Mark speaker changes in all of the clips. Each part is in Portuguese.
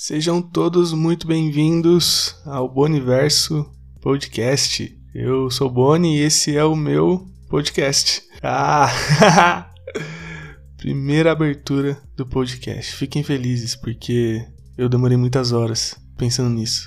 Speaker 1: Sejam todos muito bem-vindos ao Boniverso Podcast. Eu sou o Boni e esse é o meu podcast. Primeira abertura do podcast. Fiquem felizes porque eu demorei muitas horas pensando nisso.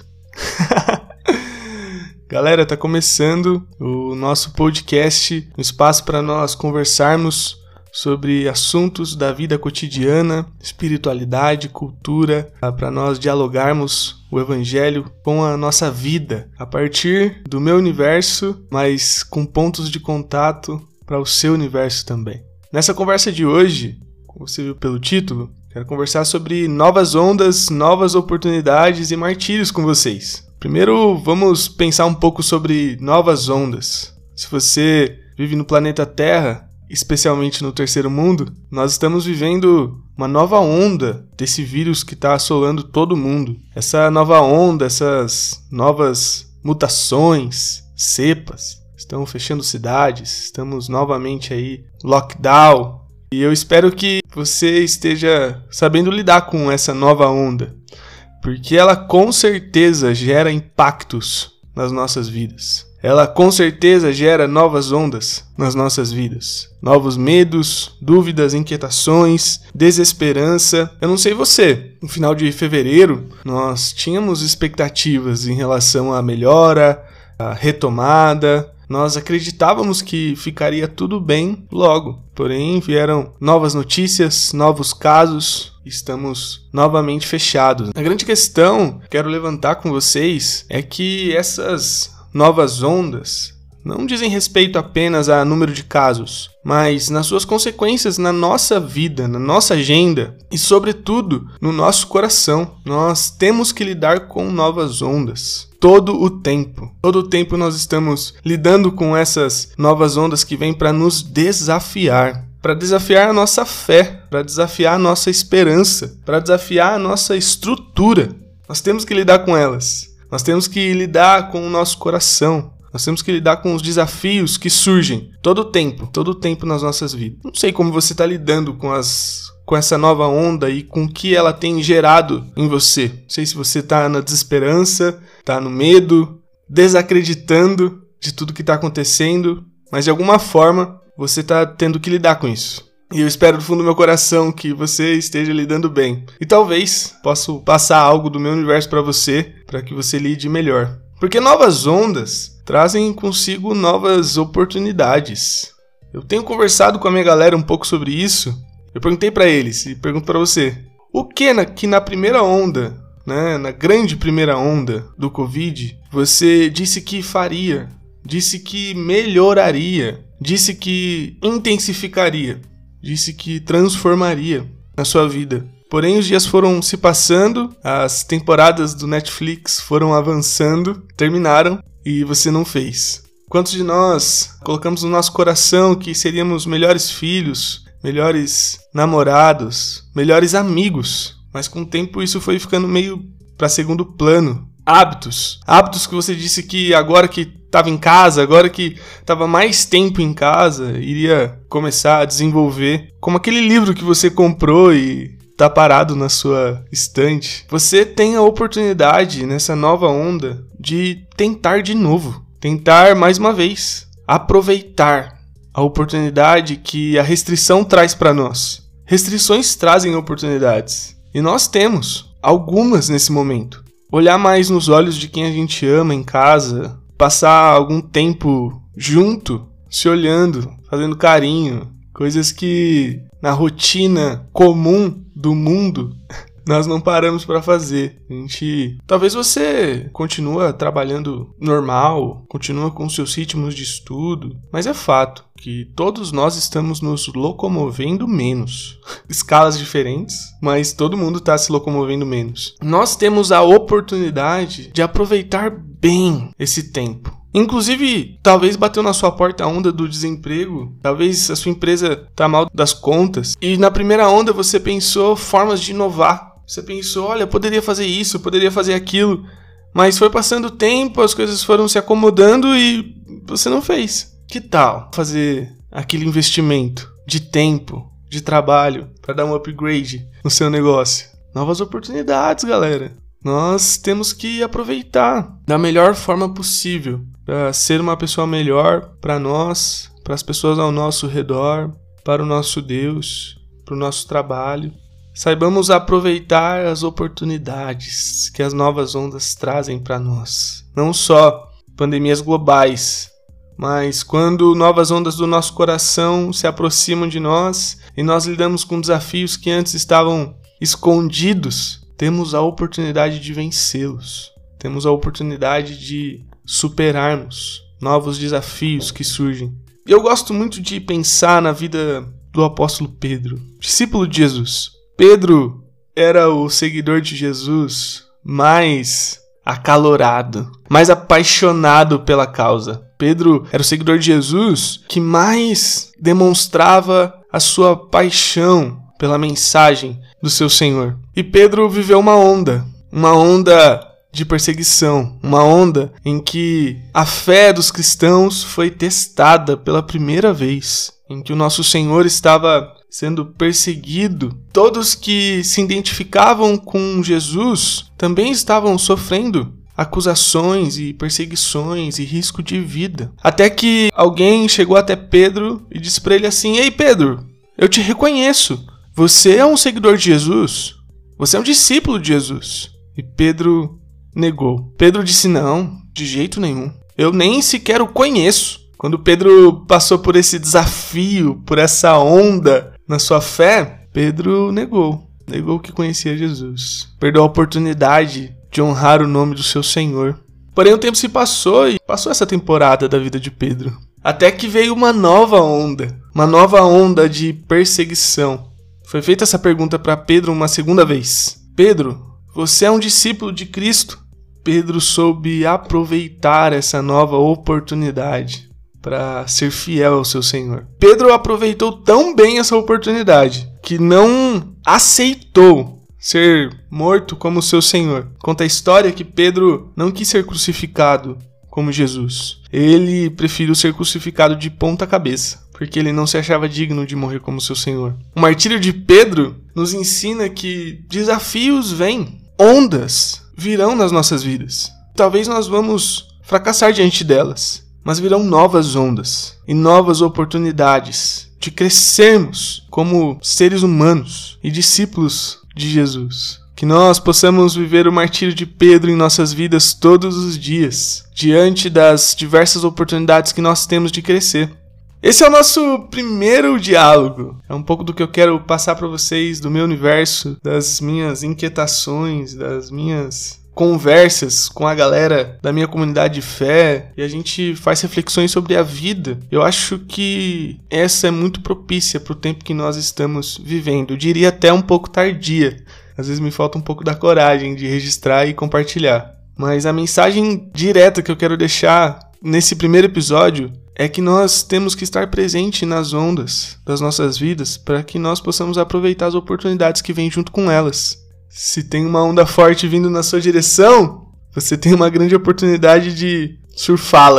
Speaker 1: Galera, tá começando o nosso podcast, um espaço para nós conversarmos sobre assuntos da vida cotidiana, espiritualidade, cultura, para nós dialogarmos o evangelho com a nossa vida, a partir do meu universo, mas com pontos de contato para o seu universo também. Nessa conversa de hoje, como você viu pelo título, quero conversar sobre novas ondas, novas oportunidades e martírios com vocês. Primeiro, vamos pensar um pouco sobre novas ondas. Se você vive no planeta Terra, especialmente no terceiro mundo, nós estamos vivendo uma nova onda desse vírus que está assolando todo mundo. Essa nova onda, essas novas mutações, cepas, estão fechando cidades, estamos novamente aí, lockdown. E eu espero que você esteja sabendo lidar com essa nova onda, porque ela com certeza gera impactos nas nossas vidas. Ela com certeza gera novas ondas nas nossas vidas. Novos medos, dúvidas, inquietações, desesperança. Eu não sei você, no final de fevereiro nós tínhamos expectativas em relação à melhora, à retomada. Nós acreditávamos que ficaria tudo bem logo. Porém, vieram novas notícias, novos casos. Estamos novamente fechados. A grande questão que quero levantar com vocês é que essas novas ondas não dizem respeito apenas a número de casos, mas nas suas consequências na nossa vida, na nossa agenda e, sobretudo, no nosso coração. Nós temos que lidar com novas ondas todo o tempo. Todo o tempo nós estamos lidando com essas novas ondas que vêm para nos desafiar. Para desafiar a nossa fé, para desafiar a nossa esperança, para desafiar a nossa estrutura. Nós temos que lidar com elas. Nós temos que lidar com o nosso coração. Nós temos que lidar com os desafios que surgem todo o tempo nas nossas vidas. Não sei como você está lidando com essa nova onda e com o que ela tem gerado em você. Não sei se você está na desesperança, está no medo, desacreditando de tudo que está acontecendo, mas de alguma forma você está tendo que lidar com isso. E eu espero do fundo do meu coração que você esteja lidando bem. E talvez possa passar algo do meu universo para você, para que você lide melhor. Porque novas ondas trazem consigo novas oportunidades. Eu tenho conversado com a minha galera um pouco sobre isso. Eu perguntei para eles e pergunto para você. O que na primeira onda, na grande primeira onda do Covid, você disse que faria, disse que melhoraria, disse que intensificaria, disse que transformaria na sua vida? Porém, os dias foram se passando, as temporadas do Netflix foram avançando, terminaram e você não fez. Quantos de nós colocamos no nosso coração que seríamos melhores filhos, melhores namorados, melhores amigos? Mas com o tempo isso foi ficando meio para segundo plano. Hábitos que você disse que agora que estava em casa, agora que estava mais tempo em casa, iria começar a desenvolver. Como aquele livro que você comprou e está parado na sua estante. Você tem a oportunidade nessa nova onda de tentar de novo. Tentar mais uma vez. Aproveitar a oportunidade que a restrição traz para nós. Restrições trazem oportunidades. E nós temos algumas nesse momento. Olhar mais nos olhos de quem a gente ama em casa, passar algum tempo junto, se olhando, fazendo carinho, coisas que na rotina comum do mundo nós não paramos para fazer. Talvez você continua trabalhando normal, continua com seus ritmos de estudo, mas é fato que todos nós estamos nos locomovendo menos. Escalas diferentes, mas todo mundo está se locomovendo menos. Nós temos a oportunidade de aproveitar bem esse tempo. Inclusive, talvez bateu na sua porta a onda do desemprego, talvez a sua empresa está mal das contas, e na primeira onda você pensou formas de inovar. Você pensou, olha, poderia fazer isso, poderia fazer aquilo, mas foi passando o tempo, as coisas foram se acomodando e você não fez. Que tal fazer aquele investimento de tempo, de trabalho, para dar um upgrade no seu negócio? novas oportunidades, galera. Nós temos que aproveitar da melhor forma possível para ser uma pessoa melhor para nós, para as pessoas ao nosso redor, para o nosso Deus, para o nosso trabalho. Saibamos aproveitar as oportunidades que as novas ondas trazem para nós. Não só pandemias globais, mas quando novas ondas do nosso coração se aproximam de nós e nós lidamos com desafios que antes estavam escondidos, temos a oportunidade de vencê-los. Temos a oportunidade de superarmos novos desafios que surgem. E eu gosto muito de pensar na vida do apóstolo Pedro, discípulo de Jesus. Pedro era o seguidor de Jesus mais acalorado, mais apaixonado pela causa. Pedro era o seguidor de Jesus que mais demonstrava a sua paixão pela mensagem do seu Senhor. E Pedro viveu uma onda de perseguição, uma onda em que a fé dos cristãos foi testada pela primeira vez, em que o nosso Senhor estava sendo perseguido. Todos que se identificavam com Jesus também estavam sofrendo acusações e perseguições e risco de vida. Até que alguém chegou até Pedro e disse para ele assim: "Ei Pedro, eu te reconheço. Você é um seguidor de Jesus. Você é um discípulo de Jesus." E Pedro negou. Pedro disse: "Não, de jeito nenhum. Eu nem sequer o conheço." Quando Pedro passou por esse desafio, por essa onda na sua fé, Pedro negou que conhecia Jesus. Perdeu a oportunidade de honrar o nome do seu Senhor. Porém, o tempo se passou e passou essa temporada da vida de Pedro. Até que veio uma nova onda de perseguição. Foi feita essa pergunta para Pedro uma segunda vez: "Pedro, você é um discípulo de Cristo?" Pedro soube aproveitar essa nova oportunidade para ser fiel ao seu Senhor. Pedro aproveitou tão bem essa oportunidade que não aceitou ser morto como seu Senhor. Conta a história que Pedro não quis ser crucificado como Jesus. Ele preferiu ser crucificado de ponta cabeça, porque ele não se achava digno de morrer como seu Senhor. O martírio de Pedro nos ensina que desafios vêm, ondas virão nas nossas vidas. Talvez nós vamos fracassar diante delas, mas virão novas ondas e novas oportunidades de crescermos como seres humanos e discípulos de Jesus. Que nós possamos viver o martírio de Pedro em nossas vidas todos os dias, diante das diversas oportunidades que nós temos de crescer. Esse é o nosso primeiro diálogo. É um pouco do que eu quero passar para vocês, do meu universo, das minhas inquietações, das minhas conversas com a galera da minha comunidade de fé, e a gente faz reflexões sobre a vida. Eu acho que essa é muito propícia para o tempo que nós estamos vivendo. Eu diria até um pouco tardia. Às vezes me falta um pouco da coragem de registrar e compartilhar. Mas a mensagem direta que eu quero deixar nesse primeiro episódio é que nós temos que estar presente nas ondas das nossas vidas para que nós possamos aproveitar as oportunidades que vêm junto com elas. Se tem uma onda forte vindo na sua direção, você tem uma grande oportunidade de surfá-la.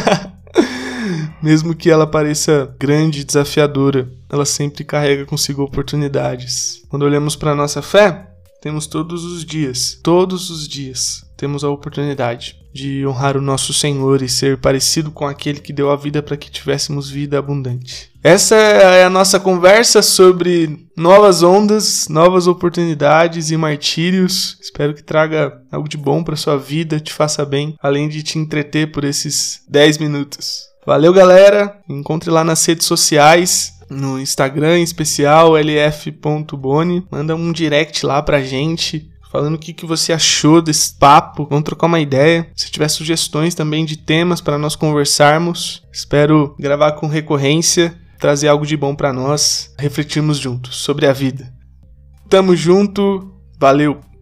Speaker 1: Mesmo que ela pareça grande e desafiadora, ela sempre carrega consigo oportunidades. Quando olhamos para a nossa fé, temos todos os dias, temos a oportunidade de honrar o nosso Senhor e ser parecido com aquele que deu a vida para que tivéssemos vida abundante. Essa é a nossa conversa sobre novas ondas, novas oportunidades e martírios. Espero que traga algo de bom para sua vida, te faça bem, além de te entreter por esses 10 minutos. Valeu, galera! Encontre lá nas redes sociais, no Instagram em especial, lf.boni. Manda um direct lá pra gente, falando o que você achou desse papo. Vamos trocar uma ideia. Se tiver sugestões também de temas para nós conversarmos, espero gravar com recorrência, trazer algo de bom para nós, refletirmos juntos sobre a vida. Tamo junto, valeu!